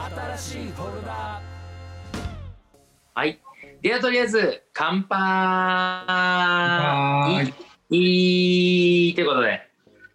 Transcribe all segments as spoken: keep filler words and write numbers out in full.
新しいフォルダ。 はい。ではとりあえず乾杯。 はいいいということで、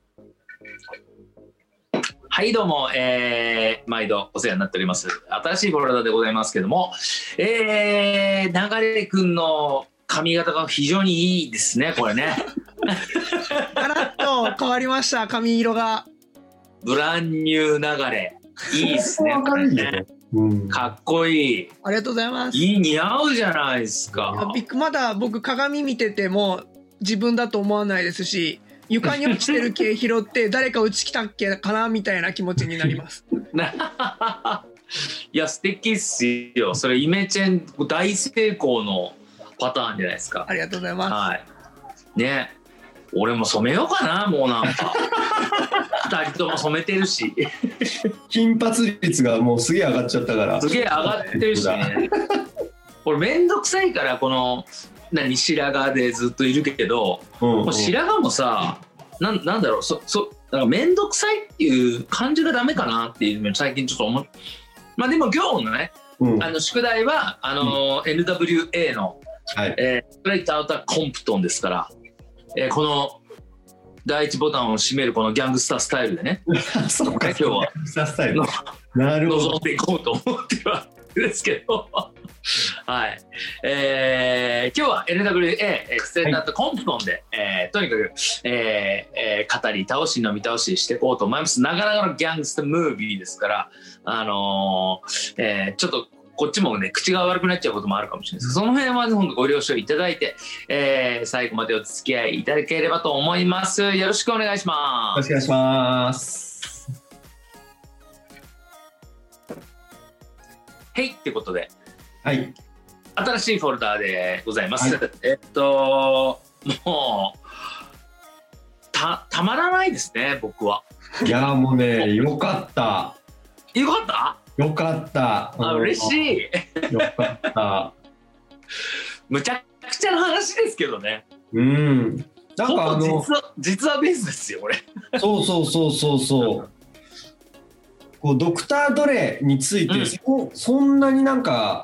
はいどうも、えー、毎度お世話になっております新しいフォルダでございますけども、えー、流れくんの髪型が非常にいいですね、これね。 ガラッと変わりました、髪色が。 ブランニュー流れ、いいですね、これね。 うん、 かっこいい。 ありがとうございます。 いい、似合うじゃないですか。 いやまだ僕鏡見てても自分だと思わないですし、床に落ちてる毛拾って誰かうち来たっけかなみたいな気持ちになります。 いや素敵っすよ。それイメチェン大成功のパターンじゃないですか。 ありがとうございます。 はいね、俺も染めようかな、もうなんか二人とも染めてるし金髪率がもうすげえ上がっちゃったから。 すげえ上がってるしね。これめんどくさいから、この何白髪でずっといるけど、うんうん、もう白髪もさ、な ん, なんだろう、そそなんかめんどくさいっていう感じがダメかなっていうのを最近ちょっと思う。まあでも今日のね、うん、あの宿題はあの、うん、エヌダブリューエー の、はいえー、ストレイトアウターコンプトンですから、えー、この第一ボタンを閉めるこのギャングスタースタイルでねそうか、 今日はギャングスタースタイルなるほど望んでいこうと思ってはですけどはい、えー、今日は エヌダブリューエー ステーターとコンプトンで、はい、えー、とにかく、えーえー、語り倒し飲み倒ししていこうと思います。なかなかのギャングスタームービーですから、あのーえー、ちょっとこっちもね口が悪くなっちゃうこともあるかもしれないです。その辺は本当ご了承いただいて、えー、最後までお付き合いいただければと思います。よろしくお願いします。 よろしくお願いします。 はい、ってことで、 はい、 新しいフォルダーでございます。はい、えっともう た, たまらないですね、僕は。 いやもうね、よかった。 よかった。 よかった。 あ、嬉しい。 よかった。 むちゃくちゃな話ですけどね。 うん。なんかあの実は実はベースですよ、これ。 そうそうそうそうそう。こうドクター・ドレについて、うん、そ, そんなになんか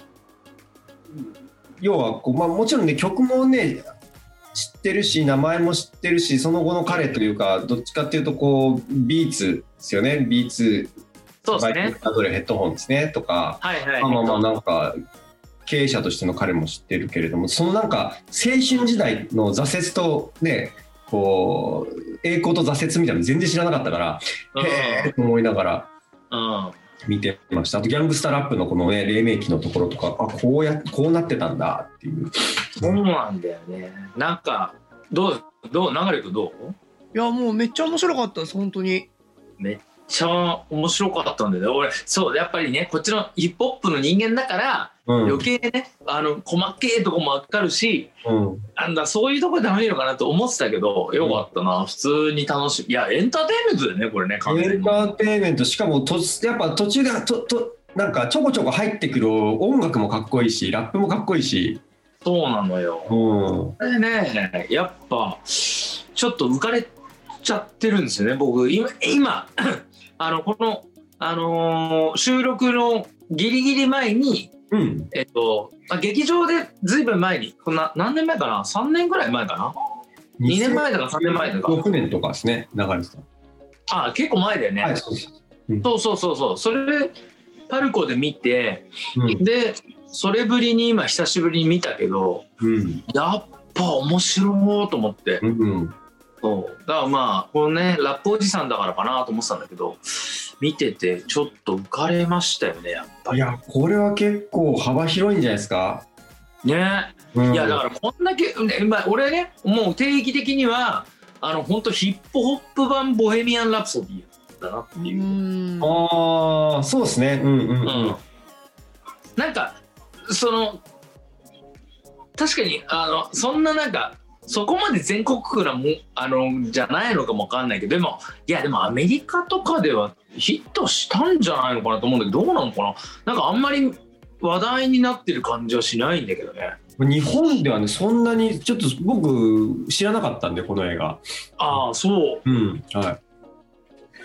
要はこう、まあ、もちろんね曲もね知ってるし名前も知ってるし、その後の彼というかどっちかっていうとこうビーツですよね。ビーツそうですね、 ドクター・ドレヘッドホンですねとか、 はいはい、 まあまあなんか経営者としての彼も知ってるけれども、そのなんか青春時代の挫折とねこう栄光と挫折みたいなの全然知らなかったから、うん、へーと思いながら見てました。あとギャングスタラップのこのね黎明期のところとか、あこうやこうなってたんだっていう。 そうなんだよね。なんかどうどう流れくどう？ いやもうめっちゃ面白かったです、本当に。 めっちゃ面白かったんだよね。俺そうやっぱりねこっちのヒップホップの人間だから、うん、余計ねあの細けいとこも分かるし、うん、なんだそういうとこで楽しいのかなと思ってたけど、よかったな、うん、普通に楽しい。いやエンターテインメントだよねこれね、完全にエンターテインメント。しかもとやっぱ途中でととなんかちょこちょこ入ってくる音楽もかっこいいしラップもかっこいいし。 そうなのよ、うん、でねやっぱちょっと浮かれちゃってるんですよね僕今今あのこの、あのー、収録のギリギリ前に、うんえっと、劇場でずいぶん前にこんな何年前かなさんねんぐらい前かなにねんまえだかさんねんまえだかろくねんとかですね流れてた。あ結構前だよね、はいそううん、そうそうそうそうそれでパルコで見て、うん、でそれぶりに今久しぶりに見たけど、うん、やっぱ面白いと思って、うんうんそうだからまあこのねラップおじさんだからかなと思ってたんだけど、見ててちょっと浮かれましたよねやっぱり。 いやこれは結構幅広いんじゃないですかね、うん、いやだからこんだけ、ねまあ、俺ねもう定義的にはあの本当ヒップホップ版ボヘミアン・ラプソディだなっていう。うーんああそうですねうんうんうん、うん、 なんかその確かにあのそんななんかそこまで全国区なもあのじゃないのかもわかんないけど、でもいやでもアメリカとかではヒットしたんじゃないのかなと思うんだけど、どうなのかな。なんかあんまり話題になってる感じはしないんだけどね。 日本ではねそんなにちょっと僕知らなかったんでこの映画。 ああそう。 うんはい。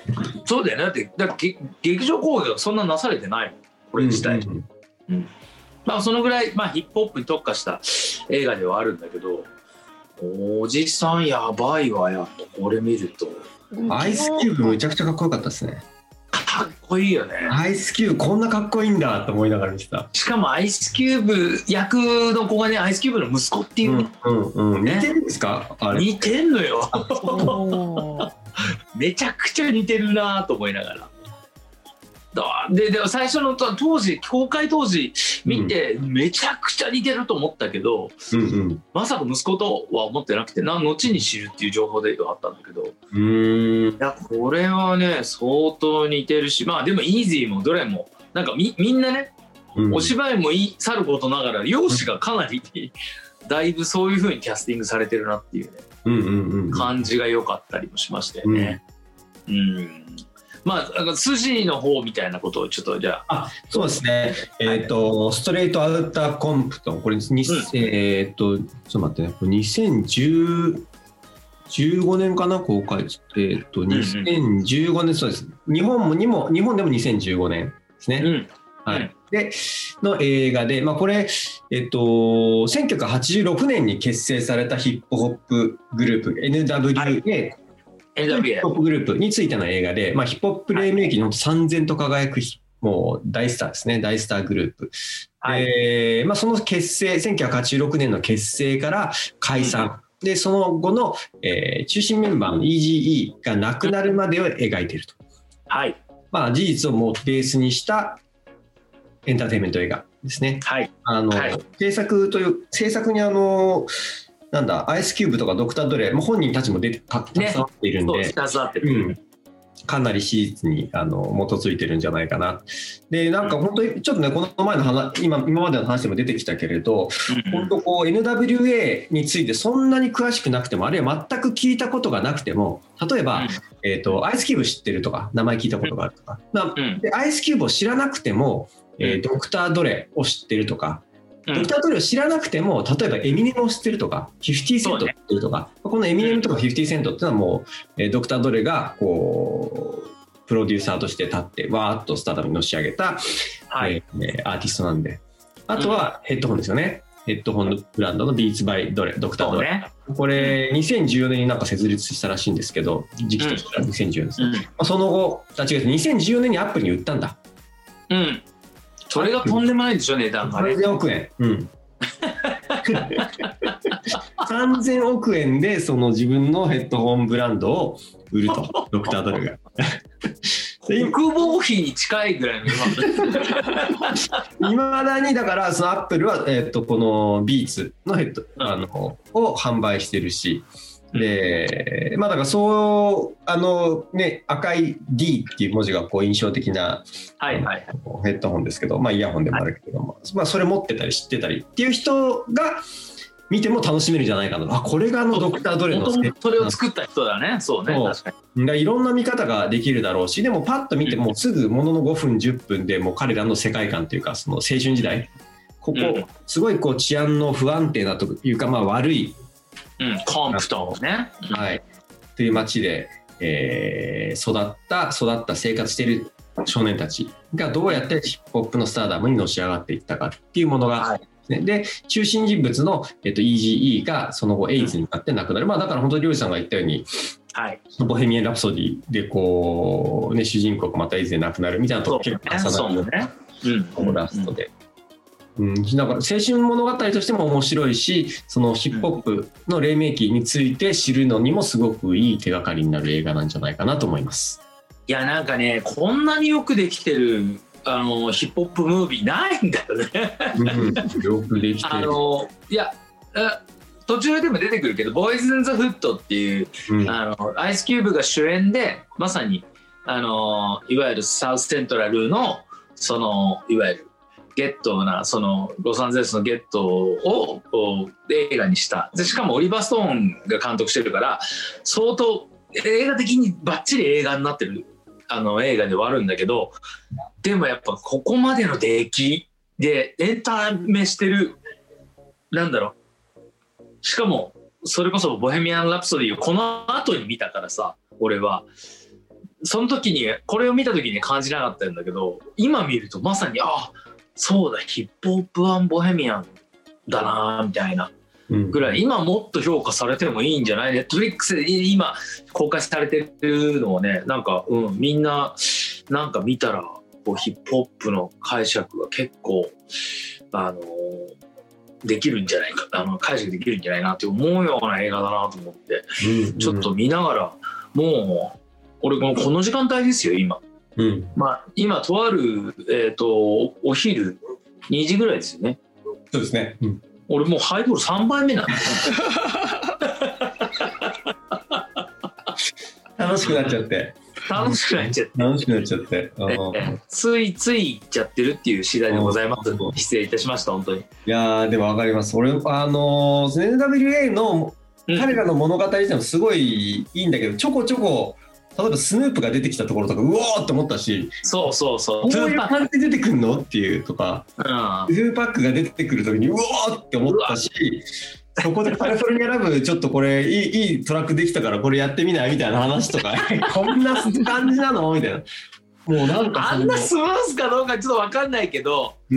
そうだよね。だってだって劇場公演がそんななされてないもんこれ自体、うんうんうん、まあそのぐらい、まあ、ヒップホップに特化した映画ではあるんだけど、おじさんやばいわ。やっぱこれ見るとアイスキューブめちゃくちゃかっこよかったですね。 かっこいいよね。 アイスキューブこんなかっこいいんだと思いながら見てた。 しかもアイスキューブ役の子がね、アイスキューブの息子っていう、 うんうんうん、似てるんですかあれ。 似てんのよめちゃくちゃ似てるなと思いながら。でで最初の当時公開当時見てめちゃくちゃ似てると思ったけど、うんうん、まさか息子とは思ってなくてな後に知るっていう情報ではあったんだけど、うーんいやこれはね相当似てるし、まあでもイージーもどれもなんか み, みんなね、うん、お芝居もいいさることながら容姿がかなりだいぶそういう風にキャスティングされてるなっていうね、うんうんうんうん、感じが良かったりもしましたよね。うん、うんまあ、筋の方みたいなことをちょっとじゃあ。 あ、そうですね。えっ、ー、と、ストレートアウターコンプト、これ、うん、えっ、ー、と、ちょっと待ってね、これにせんじゅう、じゅうごねんかな、公開。えっ、ー、と、にせんじゅうごねん、うんうん、そうです。日本もにも、日本でもにせんじゅうごねんですね。うん、はい。で、の映画で、まあ、これ、えっ、ー、と、せんきゅうひゃくはちじゅうろくねんに結成されたヒップホップグループ、エヌダブリューエー、はいヒップホップグループについての映画で、まあ、ヒップホップ黎明期に燦然と輝くもう大スターですね、大スターグループ、はいえーまあ、その結成せんきゅうひゃくはちじゅうろくねんの結成から解散、うん、でその後の、えー、中心メンバーの イージーイー が亡くなるまでを描いていると、はいまあ、事実をもうベースにしたエンターテインメント映画ですね、はいあのはい、制作という制作にあのなんだアイスキューブとかドクタードレ、まあ、本人たちも出て携わっているんで、ねうん、かなり史実にあの基づいてるんじゃないかな。でなんか本当にちょっとねこの前の話 今, 今までの話でも出てきたけれど、うん、本当こう エヌダブリューエー についてそんなに詳しくなくてもあるいは全く聞いたことがなくても例えば、うんえーと、アイスキューブ知ってるとか名前聞いたことがあるとか、うん、でアイスキューブを知らなくても、えー、ドクタードレを知ってるとかドクター・ドレを知らなくても例えばエミネムを知ってるとかフィフティーセントを知ってるとか、ね、このエミネムとかフィフティーセントっていうのはもう、えー、ドクター・ドレがこうプロデューサーとして立ってわーっとスターダムにのし上げた、はいえー、アーティストなんであとはヘッドホンですよね、うん、ヘッドホンブランドのビーツバイドレドクター・ドレ、ね、これにせんじゅうよねんになんか設立したらしいんですけど時期としてはにせんじゅうよねんです、うんまあ、その後あ違うにせんじゅうよねんにアップルに売ったんだうんそれがとんでもないんでしょ値段がねさんぜんおくえんうんさんぜんおくえんでその自分のヘッドホンブランドを売るとドクタードレが国防費に近いぐらいのいまだにだからそのアップルは、えー、とこのビーツのヘッド、うん、あのを販売してるしでまあだからそうあのね赤い D っていう文字がこう印象的な、はいはいはい、ヘッドホンですけどまあイヤホンでもあるけども、はいまあ、それ持ってたり知ってたりっていう人が見ても楽しめるんじゃないかなあこれがあのドクタードレのそれを作った人だねそうね確かにだいろんな見方ができるだろうしでもパッと見てもすぐもののごふんじゅっぷんでもう彼らの世界観というかその青春時代ここ、うん、すごいこう治安の不安定なというかまあ悪いうん、コンプトンね、 はい、という街で、えー、育った育った生活している少年たちがどうやってヒップホップのスターダムにのし上がっていったかっていうものが、はいね、で中心人物の、えっと、イージーイー がその後エイズになって亡くなる、うんまあ、だから本当にりょうじさんが言ったように、はい、ボヘミアン・ラプソディでこう、ね、主人公がまたエイズで亡くなるみたいなとこ結構重なるね、うん、ラストで。うん、だから青春物語としても面白いしそのヒップホップの黎明期について知るのにもすごくいい手がかりになる映画なんじゃないかなと思います。 いやなんかねこんなによくできてるあのヒップホップムービーないんだよね、うん、 よくできてるあのいや途中でも出てくるけどボーイズ・イン・ザ・フットっていう、うん、あのアイスキューブが主演でまさにあのいわゆるサウスセントラルのそのいわゆるゲットなそのロサンゼルスのゲットを映画にしたでしかもオリバー・ストーンが監督してるから相当映画的にバッチリ映画になってるあの映画ではあるんだけどでもやっぱここまでの出来でエンタメしてるなんだろうしかもそれこそボヘミアン・ラプソディをこの後に見たからさ俺はその時にこれを見た時に感じなかったんだけど、今見るとまさにあそうだヒップホップ&ボヘミアンだなみたいなぐらい、今もっと評価されてもいいんじゃない？ネットフリックスで今公開されてるのをね、なんか、うん、みんななんか見たらこうヒップホップの解釈が結構あのできるんじゃないか、あの解釈できるんじゃないなって思うような映画だなと思って、うんうん、ちょっと見ながらもう俺もうこの時間帯ですよ今、うん、まあ今とある、えー、とお昼にじぐらいですよね。 そうですね、うん、 俺もうハイボールさんばいめなんです楽しくなっちゃって楽しくなっちゃって楽しくなっちゃってついついいっちゃってるっていう次第でございます。失礼いたしました本当に。いやでも分かります。俺あの エヌダブリューエー の彼らの物語自体もすごいいいんだけど、うん、ちょこちょこ例えばスヌープが出てきたところとかうおーって思ったし、 そうそうそうこういう感じで出てくるのっていうとか、うん、ツーパックが出てくる時にうおーって思ったし、そこでカリフォルニアラブちょっとこれいい、いいトラックできたからこれやってみないみたいな話とかこんな感じなのみたいな、 もうなんかあんなスムースかどうかちょっと分かんないけど、うんうん、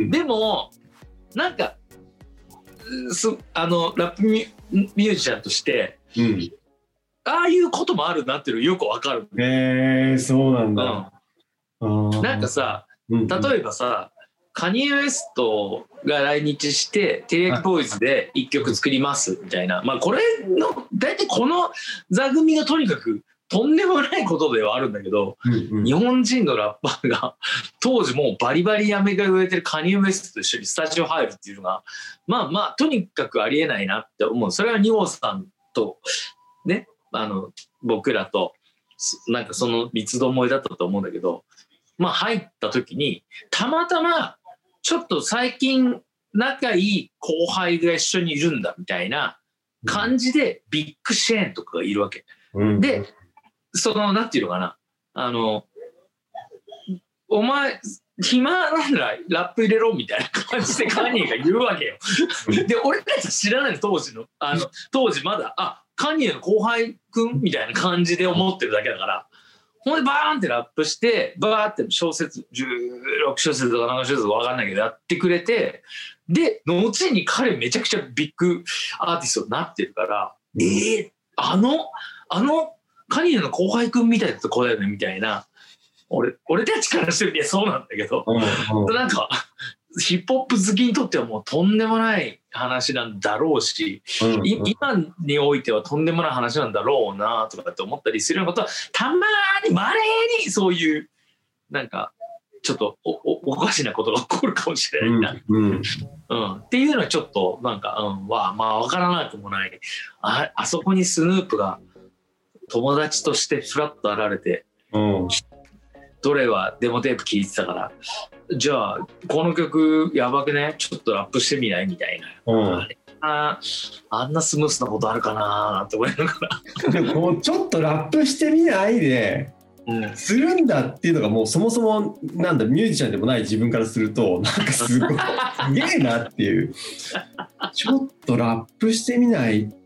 でもなんかあのラップミュ、ミュージシャンとして、うん、ああいうこともあるなっていうのよく分かる。 へーそうなんだ、 うん、なんかさ、うんうん、例えばさカニエ・ウェストが来日してテレビボーイズで一曲作りますみたいな、まあこれの大体この座組がとにかくとんでもないことではあるんだけど、うんうん、日本人のラッパーが当時もうバリバリやめが売れてるカニエ・ウェストと一緒にスタジオ入るっていうのがまあまあとにかくありえないなって思う。それはニオさんとねあの僕らとなんかその三つどもえだったと思うんだけど、まあ入った時にたまたまちょっと最近仲いい後輩が一緒にいるんだみたいな感じでビッグシェーンとかがいるわけ、うん、でそのなんていうのかな、あのお前暇なんだらラップ入れろみたいな感じでカニエが言うわけよで俺たち知らないの当時のあの当時まだあカニエの後輩くんみたいな感じで思ってるだけだから、ほんでバーンってラップしてバーって小説じゅうろくしょせつとか何小説か分かんないけどやってくれて、で後に彼めちゃくちゃビッグアーティストになってるから、えー、あのあのカニエの後輩くんみたいな子だよねみたいな、俺俺たちからしてみてそうなんだけど、うんうん、なんかヒップホップ好きにとってはもうとんでもない話なんだろうし、うんうん、今においてはとんでもない話なんだろうなとかって思ったりするようなことはたまにまれにそういうなんかちょっと お, お, おかしなことが起こるかもしれないな、うんうんうん、っていうのはちょっとなんか、うん、わまあ分からなくもない。 あ, あそこにスヌープが友達としてフラッと現れて、うん、どれはデモテープ聴いてたからじゃあこの曲やばくねちょっとラップしてみないみたいな、うん、あれあ, あんなスムースなことあるかなって思いながらでもこうちょっとラップしてみないで、うん、するんだっていうのがもうそもそもなんだミュージシャンでもない自分からするとなんかすごいすげえなっていうちょっとラップしてみないって、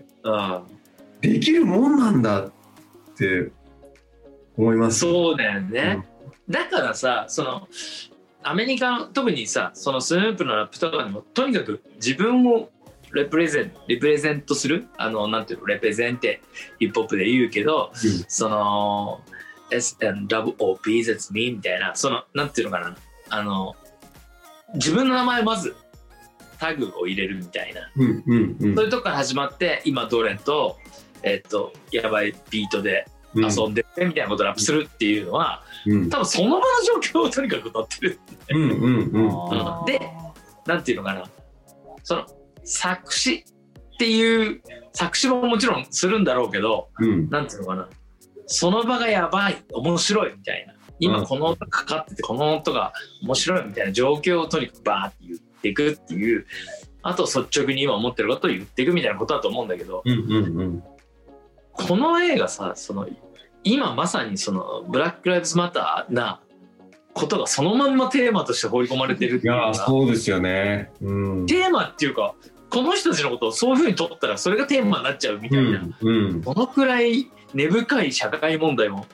うん、できるもんなんだって思います。 そうだよね、うん、だからさそのアメリカ特にさそのスヌープのラップとかにもとにかく自分をレプレゼンリプレゼントするあのなんていうのレプレゼンってヒップホップで言うけど、うん、その エスエヌダブリューオーピー that's me みたいなそのなんていうのかなあの自分の名前まずタグを入れるみたいな、うんうんうん、そういうとこから始まって今どれとえっとやばいビートで遊んでるみたいなことをラップするっていうのは、うん、多分その場の状況をとにかく歌ってる、うんうんうんうん、でなんていうのかなその作詞っていう作詞ももちろんするんだろうけど、うん、なんていうのかなその場がやばい面白いみたいな今この音かかっててこの音が面白いみたいな状況をとにかくバーって言っていくっていうあと率直に今思ってることを言っていくみたいなことだと思うんだけど、うんうんうん、この映画さその今まさにそのブラックライブズマターなことがそのまんまテーマとして放り込まれてるっていうか、 いやそうですよね、 うん、テーマっていうかこの人たちのことをそういう風に取ったらそれがテーマになっちゃうみたいな、うんうん、どのくらい根深い社会問題も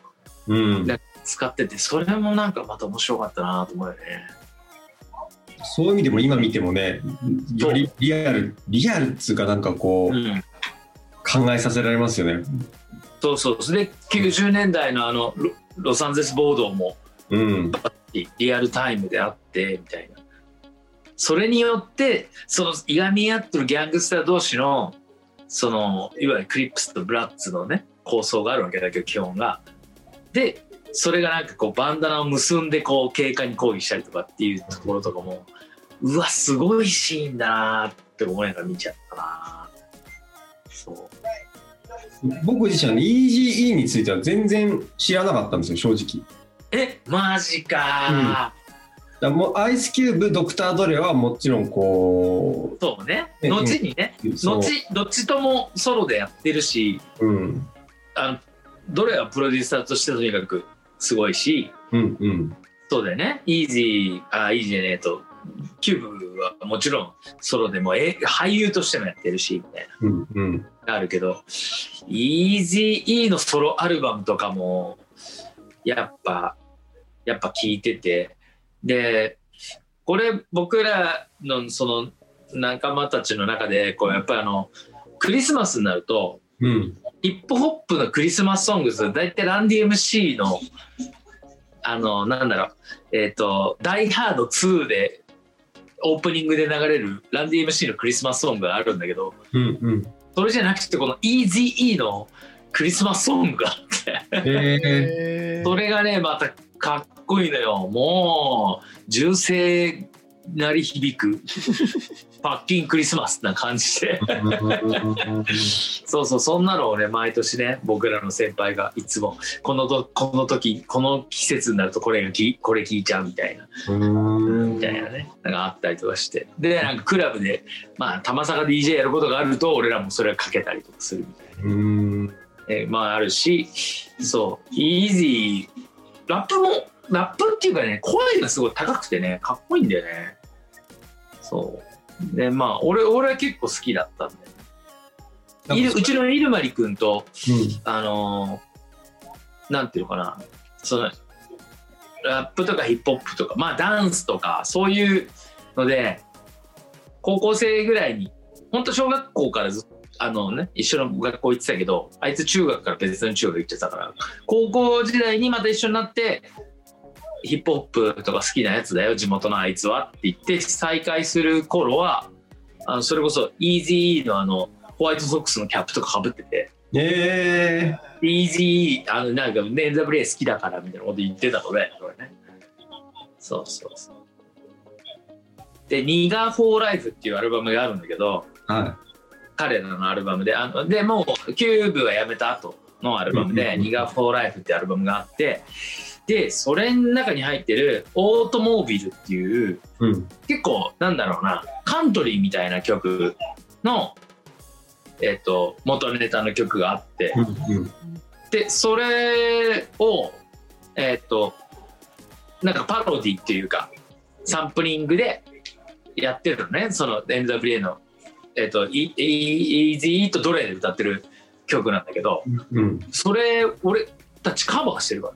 うん、 使ってて、それもなんかまた面白かったなと思うよね。 そういう意味でも今見てもね、よりリアルリアルっつうかなんかこう、うん、考えさせられますよね。 そうそう。できゅうじゅうねんだいのあの ロ, ロサンゼルス暴動も、うん、リアルタイムであってみたいな。それによってそのいがみ合ってるギャングスター同士のそのいわゆるクリップスとブラッツのね構想があるわけだけど、基本が。でそれがなんかこうバンダナを結んでこう警官に抗議したりとかっていうところとかも、うわすごいシーンだなって思いながら見ちゃったな。そう僕自身は イージーイー については全然知らなかったんですよ、正直。 えマジか、 うん、だもうアイスキューブドクタードレはもちろんこうそうね、後にね、後どっちともソロでやってるし、うん、あのドレはプロデューサーとしてとにかくすごいし、うんうん、そうだよね。イージーあイージーじゃねえとキューブはもちろんソロでもえ俳優としてもやってるしみたいな、うんうん、あるけど イージーイー のソロアルバムとかもやっぱやっぱ聴いてて、でこれ僕らのその仲間たちの中でこうやっぱりあのクリスマスになると、うん、ヒップホップのクリスマスソングスだいたいランディ エムシー のあのなんだろうえっ、ー、とダイハードツーでオープニングで流れるランディ エムシー のクリスマスソングがあるんだけど、うんうん、それじゃなくてこの イージーイー のクリスマスソングがあってへそれがねまたかっこいいのよ。もう銃声鳴り響くパッキンクリスマスな感じでそうそう、そんなのをね毎年ね僕らの先輩がいつもこのとこの時この季節になるとこれがきこれ聴いちゃうみたいなみたいなねなんかあったりとかして、でなんかクラブでまあたまさか ディージェー やることがあると俺らもそれをかけたりとかするみたいな、うんえまああるし、そうイージーラップもラップっていうかね声がすごい高くてねかっこいいんだよね。そうでまあ 俺, 俺は結構好きだったんで、うちのイルマリ君と、うん、あのー、なんていうのかなそのラップとかヒップホップとかまあダンスとかそういうので高校生ぐらいに本当小学校からずっとあのね、一緒の学校行ってたけどあいつ中学から別の中学行ってたから高校時代にまた一緒になってヒップホップとか好きなやつだよ地元のあいつはって言って再会する頃はあのそれこそ イージーイー のあのホワイトソックスのキャップとか被ってて、えー、イージーイー あのなんか エヌダブリューエー 好きだからみたいなこと言ってたのでこれねそうそうそうでニガーフォーライフっていうアルバムがあるんだけど、はい彼らのアルバムで、あのでもうキューブが辞めた後のアルバムで「ニガーフォーライフ」っていうアルバムがあって、でそれの中に入ってる「オートモービル」っていう、うん、結構なんだろうなカントリーみたいな曲の、えー、と元ネタの曲があって、うんうん、でそれをえっ、ー、となんかパロディっていうかサンプリングでやってるのね、その エヌダブリューエー のえっと、イージーイーとドレで歌ってる曲なんだけど、うん、それ俺たちカバーしてるから、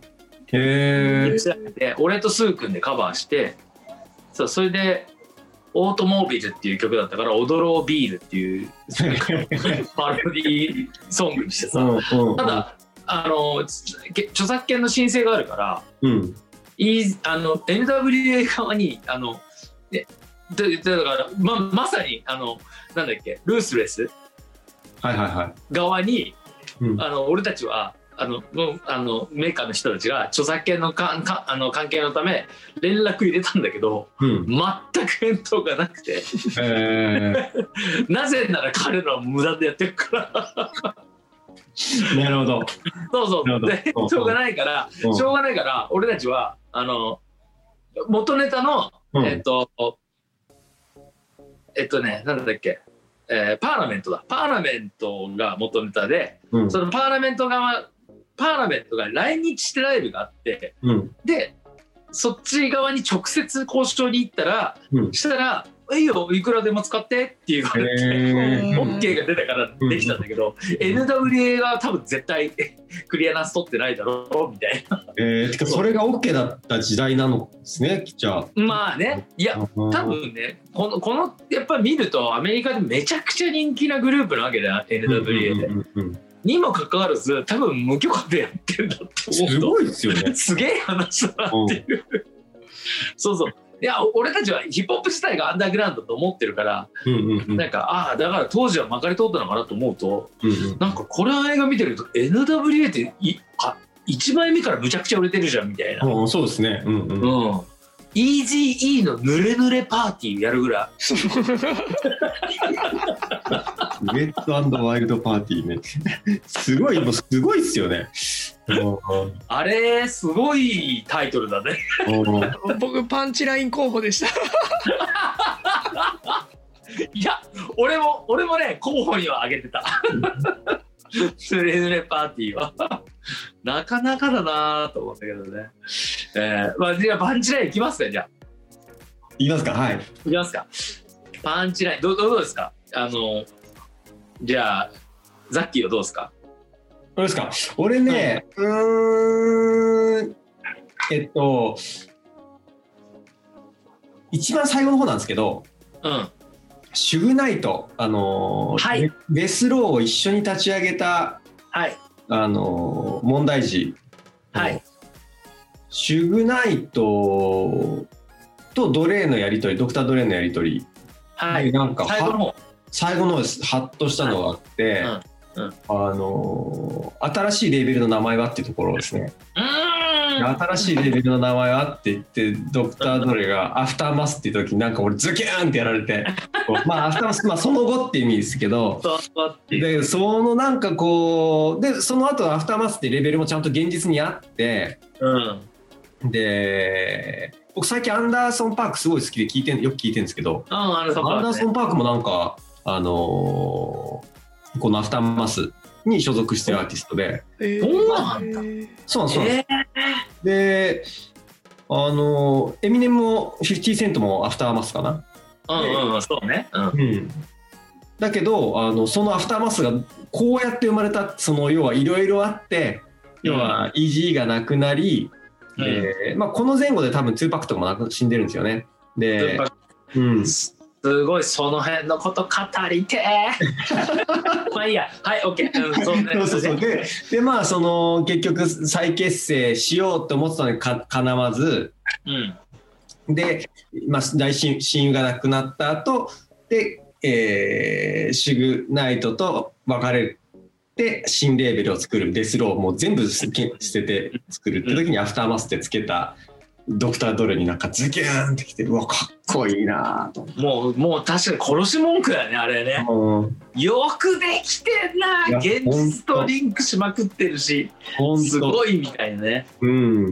へー俺とスー君でカバーして、そうそれでオートモービルっていう曲だったから踊ろうビールっていうパロディソングにしてさ、うんうん、ただあの著作権の申請があるから、うん、あの エヌダブリューエー 側にあのでだから ま, まさにあのなんだっけルースレス側に、うん、あの俺たちはあのあのメーカーの人たちが著作権のかかあの関係のため連絡入れたんだけど、うん、全く返答がなくて、えー、なぜなら彼らは無駄でやってるからなるほどそうそうでしょうがないからしょうがないから俺たちはあの元ネタの、うん、えっとえっとね、なんだっけ、えー、パーラメントだ。パーラメントが元ネタで、うん、そのパーラメント側、パーラメントが来日してライブがあって、うん、で、そっち側に直接交渉に行ったら、うん、したら、 いいよいくらでも使ってって言われて、OK が出たからできたんだけど、うん、エヌダブリューエー が多分絶対クリアナス取ってないだろうみたいな。 えー、てかそれが OK だった時代なのですね、じゃあ。 まあね、いや多分ね、このこのやっぱ見るとアメリカでめちゃくちゃ人気なグループなわけだよ エヌダブリューエー で、うんうんうんうん、にもかかわらず多分無許可でやってるんだと思うとすごいですよね。 すげえ話だなっていう、うん、そうそう、いや俺たちはヒップホップ自体がアンダーグラウンドだと思ってるから、うんうんうん、なんかああだから当時はまかり通ったのかなと思うと、うんうん、なんかこれは映画見てると エヌダブリューエー っていあいちまいめからむちゃくちゃ売れてるじゃんみたいな、 うん、そうですね、うんうんうん、 イージーイー のぬれぬれパーティーやるぐらいウェット&ワイルドパーティーねすごい、もうすごいっすよねあれすごいタイトルだね僕パンチライン候補でしたいや俺も俺もね候補には挙げてたぬれぬれパーティーはなかなかだなと思ったけどね、えーまあ、じゃあパンチラインいきますか。じゃあいきますか。はい、 いきますか。パンチライン ど, どうですか。あのじゃあザッキーはどうですか。 どうですか。俺ね、うん、うーんえっと一番最後の方なんですけど、うん、シュグナイト、あのーはい、デスローを一緒に立ち上げた、はい、あのー、問題児、はい、シュグナイトとドレーのやり取り、ドクター・ドレーのやり取り、はい、なんか最後の方最後のです、ハッとしたのがあって、はいうんうん、あのー、新しいレーベルの名前はっていうところですね。新しいレベルの名前はって言ってドクター・ドレがアフターマスっていう時になんか俺ズキューンってやられてまあアフターマス、まあ、その後っていう意味ですけどでそのなんかこうでその後アフターマスっていうレベルもちゃんと現実にあって、うん、で僕最近アンダーソン・パークすごい好きで聞いてよく聞いてるんですけど、うん、アンダーソン・パークもなんかあのー、このアフターマスに所属してるアーティストで、 えー、そうなんだ。 そうなんです、えー、であのエミネムもフィフティーセントもアフターマスかな。 うんうんそうね、うんうん、 だけどあのそのアフターマスがこうやって生まれた、その要はいろいろあって、うん、要は イージー がなくなり、うんでまあ、この前後で多分ツーパックとかもなく死んでるんですよね。で、うんすごいその辺のこと語りてーまあいいや、はい OK、うん、そんなそうそうそうででまあその結局再結成しようと思ってたのにか叶わず、うん、で、まあ、大親友が亡くなった後で、えー、シュグナイトと別れて新レーベルを作るデスローもう全部捨てて作るって時にアフターマスってつけたドクター・ドレになんかズキューンってきて、うわかっこいいなと。 もうもう確かに殺し文句だよねあれね、うん、よくできてんな、現実とリンクしまくってるしすごいみたいなね、うん、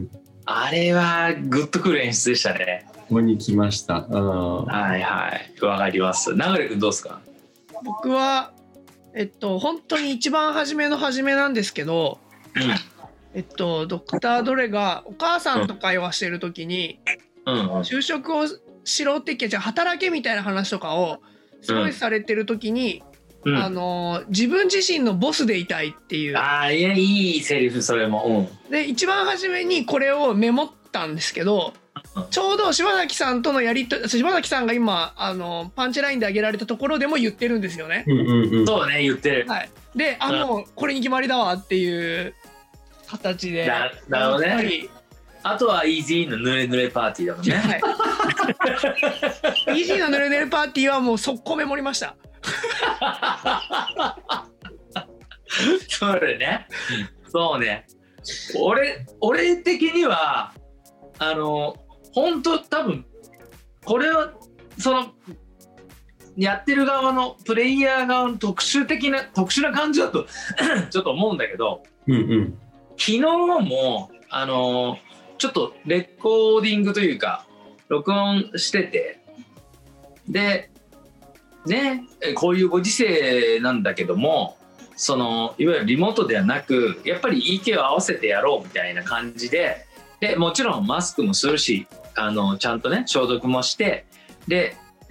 あれはグッとくる演出でしたね。 ここに来ました、うん、 はいはいわかります。流君どうですか。 僕はえっと本当に一番初めの初めなんですけど、うんえっと、ドクター・ドレがお母さんと会話してる時に、うん、就職をしろってじゃあ働けみたいな話とかをすごいされてる時に、うん、あの自分自身のボスでいたいっていう。 ああいやいいセリフそれも、 うん、で一番初めにこれをメモったんですけど、ちょうど柴崎さんとのやりと柴崎さんが今あのパンチラインで挙げられたところでも言ってるんですよね、 うんうんうん、そうね言ってる、 はい、であもうこれに決まりだわっていう形で。 なるほどね。あとはイージーのぬれぬれパーティーだもんね。 はい。イージーのぬれぬれパーティーはもう速攻メモりました。 それね。そうね。俺俺的にはあの本当多分これはそのやってる側のプレイヤー側の特殊的な特殊な感じだとちょっと思うんだけど。うんうん昨日もあのちょっとレコーディングというか録音しててでねこういうご時世なんだけどもそのいわゆるリモートではなくやっぱり イーケー を合わせてやろうみたいな感じででもちろんマスクもするしあのちゃんとね消毒もしてで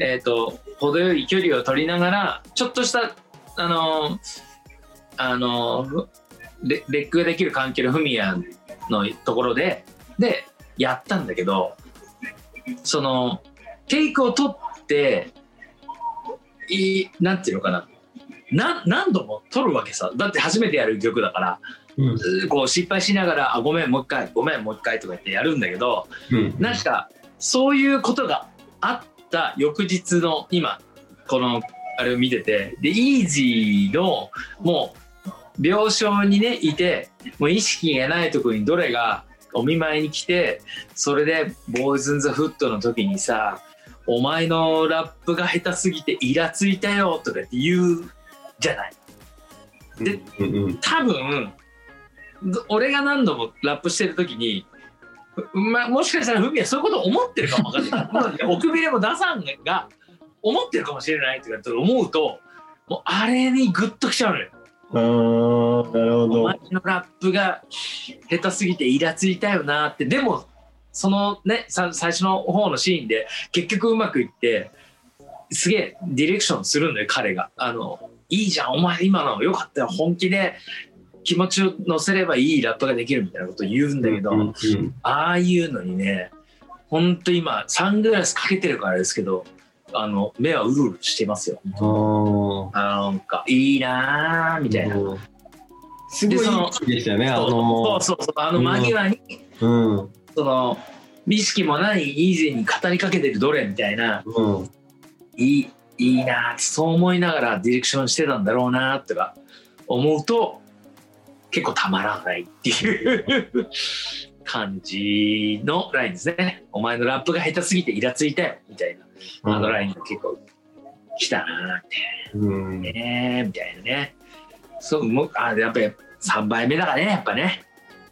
えっと程よい距離を取りながらちょっとしたあのあのレレックができる環境のフミヤのところででやったんだけど、そのテイクを取っていなんていうのかな、な何度も取るわけさ。だって初めてやる曲だから、うん、こう失敗しながらあごめんもう一回ごめんもう一回とか言ってやるんだけど、うん、なんかそういうことがあった翌日の今このあれを見てて、でイージーのもう病床にねいてもう意識がないところにどれがお見舞いに来て、それでボーイズンザフットの時にさ、お前のラップが下手すぎてイラついたよとかって言うじゃない。で、うんうん、多分俺が何度もラップしてる時に、まあ、もしかしたらフミはそういうことを思ってるかも分かんないおくびれもダサンが思ってるかもしれないとかって思うと、もうあれにグッときちゃうのよ。 あー、なるほど。 お前のラップが下手すぎてイラついたよなって。でもそのね最初の方のシーンで結局うまくいってすげえディレクションするんだよ彼が。あのいいじゃんお前今のよかったよ、本気で気持ちを乗せればいいラップができるみたいなことを言うんだけど、うんうんうん、ああいうのにねほんと今サングラスかけてるからですけど、あの目はうるうるしてますよ。あなんかいいなみたいな、うん、 すごいいいでしたよね。あのそうそうそう、あの間際に、うんうん、その意識もないイージーに語りかけてるどれみたいな、うん、いいいいなってそう思いながらディレクションしてたんだろうなとか思うと結構たまらないっていう感じのラインですね。お前のラップが下手すぎてイラついたよみたいな、あのラインが結構来たなって、うん、ねみたいなね。そうもあやっぱりさんばいめだからねやっぱね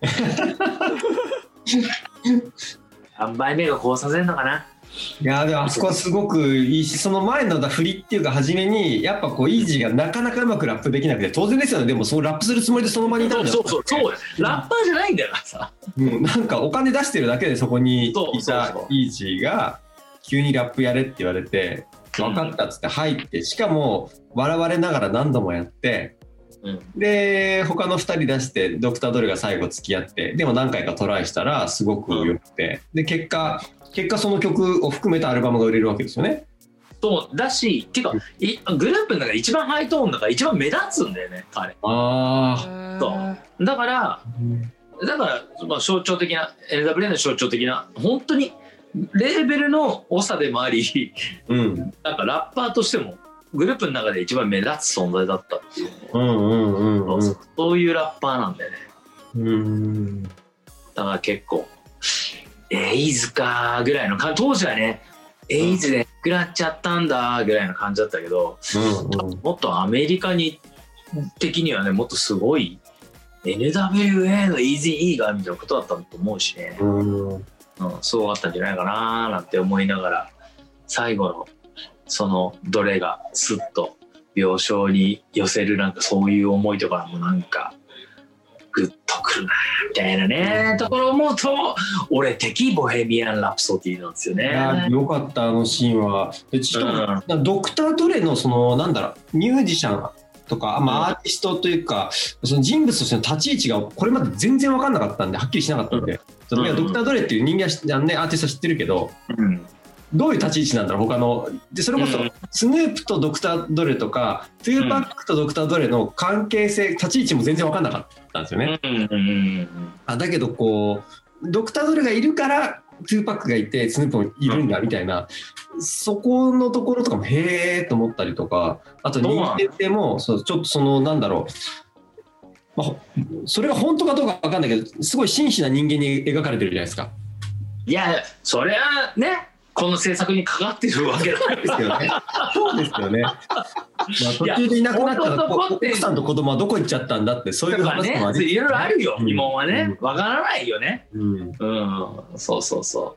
さんばいめがこうさせるのかな。 いやでもあそこはすごくいいし、その前の振りっていうか初めにやっぱこうイージーがなかなかうまくラップできなくて当然ですよね。でもそのラップするつもりでその場にいたんだよ。 そうそうそうラッパーじゃないんだよさ、 うん、なんかお金出してるだけでそこにいたイージーが急にラップやれって言われて分かったっつって入って、しかも笑われながら何度もやって、うん、で他のふたり出してドクタードレが最後付き合って、でも何回かトライしたらすごく良くて、で結果結果その曲を含めたアルバムが売れるわけですよね。 そうだし、っていうかグループの中で一番ハイトーンだから一番目立つんだよね彼。あそうだからだから、まあ、象徴的な エヌダブリュー の象徴的な本当にレーベルの長でもあり、うん、なんかラッパーとしてもグループの中で一番目立つ存在だったっていう、うんうんうんうん、そう、そういうラッパーなんだよね。うんだから結構エイズかぐらいの感じ、当時はねエイズで食らっちゃったんだぐらいの感じだったけど、うんうん、もっとアメリカに的にはねもっとすごい エヌダブリューエー のイージーイーがみたいなことだったと思うしね、うんうん、そうあったんじゃないかななんて思いながら、最後のそのどれがスッと病床に寄せるなんかそういう思いとかもなんかグッとくるなみたいなねところを思うと俺的ボヘミアン・ラプソディなんですよね。いやよかったあのシーンは。でしかも、うん、ドクター・ドレのそのなんだろうミュージシャンとか、まあ、アーティストというか、うん、その人物としての立ち位置がこれまで全然分かんなかったんではっきりしなかったんで、うん、そのドクター・ドレっていう人間は、ね、アーティスト知ってるけど、うんどういう立ち位置なんだろう他ので、それこそスヌープとドクター・ドレとかトゥーパックとドクター・ドレの関係性、立ち位置も全然分かんなかったんですよね。あだけどこうドクター・ドレがいるからトゥーパックがいてスヌープもいるんだみたいな、そこのところとかもへーと思ったりとか、あと人間性もそうちょっとそのなんだろう、まあ、それが本当かどうか分かんないけどすごい真摯な人間に描かれてるじゃないですか。 いやそれはねこの制作にかかってるわけなんですよね。 そうですよね。まあ、途中でいなくなったら奥さんと子供はどこ行っちゃったんだってそういう話もある、 ね、いろいろあるよ疑問はね、わ、うん、からないよね、うんうん、そうそうそう、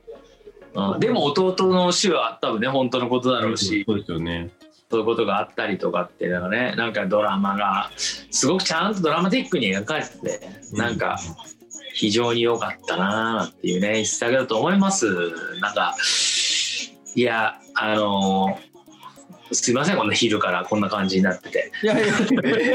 うん、でも弟の死は多分ね本当のことだろうし、 そうですよね。 そういうことがあったりとかっていうのがね、なんかドラマがすごくちゃんとドラマティックに描かれてて、なんか非常に良かったなーっていうね一作だと思います。なんかいやあのー、すいませんこんな昼からこんな感じになってて。いやいや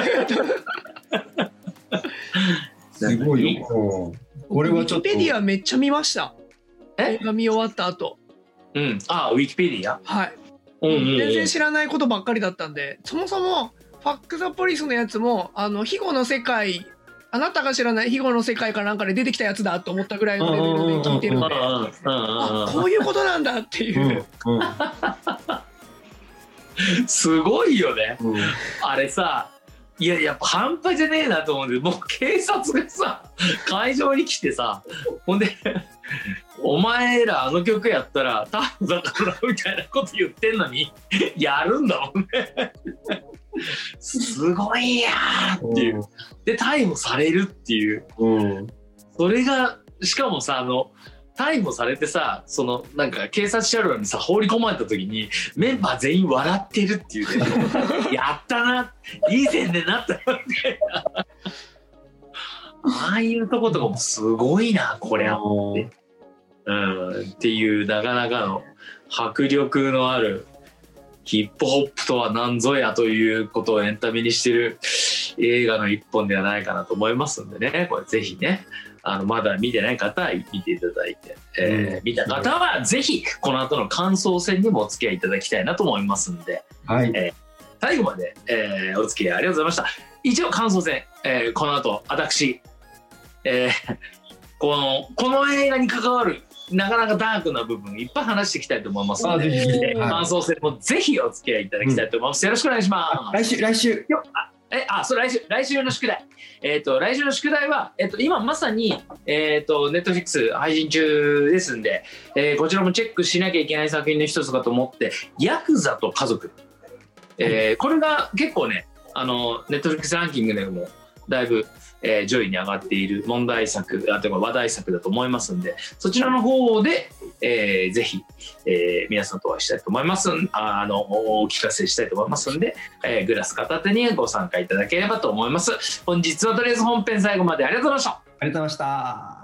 すごいよ。これはちょっと。 ウィキペディアめっちゃ見ました。映画見終わった後。 うん。あ、ウィキペディア。 はい。うんうんうん、全然知らないことばっかりだったんで、そもそもファック・ザ・ポリスのやつもあの庇護の世界、あなたが知らない庇護の世界かなんかで出てきたやつだと思ったぐらいのレベルで聞いてるんで、あ、こういうことなんだっていう。うんうん、 すごいよね、うん、あれさ。いややっぱ半端じゃねえなと思うんで、もう警察がさ会場に来てさ、ほんでお前らあの曲やったら逮捕だからみたいなこと言ってんのにやるんだもんねすごいやーっていう、で逮捕されるっていう、うん、それがしかもさ、あの逮捕されてさ、そのなんか警察車両にさ放り込まれた時にメンバー全員笑ってるっていうねやったな、いい線でなったなみたいなああいうとことかもすごいなこれあって、うん、っていうなかなかの迫力のあるヒップホップとは何ぞやということをエンタメにしてる映画の一本ではないかなと思いますんでね、これぜひね、あのまだ見てない方は見ていただいて、えー、見た方はぜひこの後の感想戦にもお付き合いいただきたいなと思いますんで、はい、えー、最後まで、えー、お付き合いありがとうございました。以上感想戦、えー、この後私、えー、このこの映画に関わるなかなかダークな部分いっぱい話していきたいと思いますので、えー、感想戦もぜひお付き合いいただきたいと思います、うん、よろしくお願いします。 来週来週よあえあそう来週来週の宿題、えー、と来週の宿題は、えー、と今まさに、えー、とネットフリックス配信中ですんで、えー、こちらもチェックしなきゃいけない作品の一つかと思って、ヤクザと家族、えー、これが結構ね、あのネットフリックスランキングでもだいぶ、えー、上位に上がっている問題作、あというか話題作だと思いますんで、そちらの方で、えー、ぜひ、えー、皆さんとお会いしたいと思いますあのお聞かせしたいと思いますんで、えー、グラス片手にご参加いただければと思います。本日はとりあえず本編最後までありがとうございました。 ありがとうございました。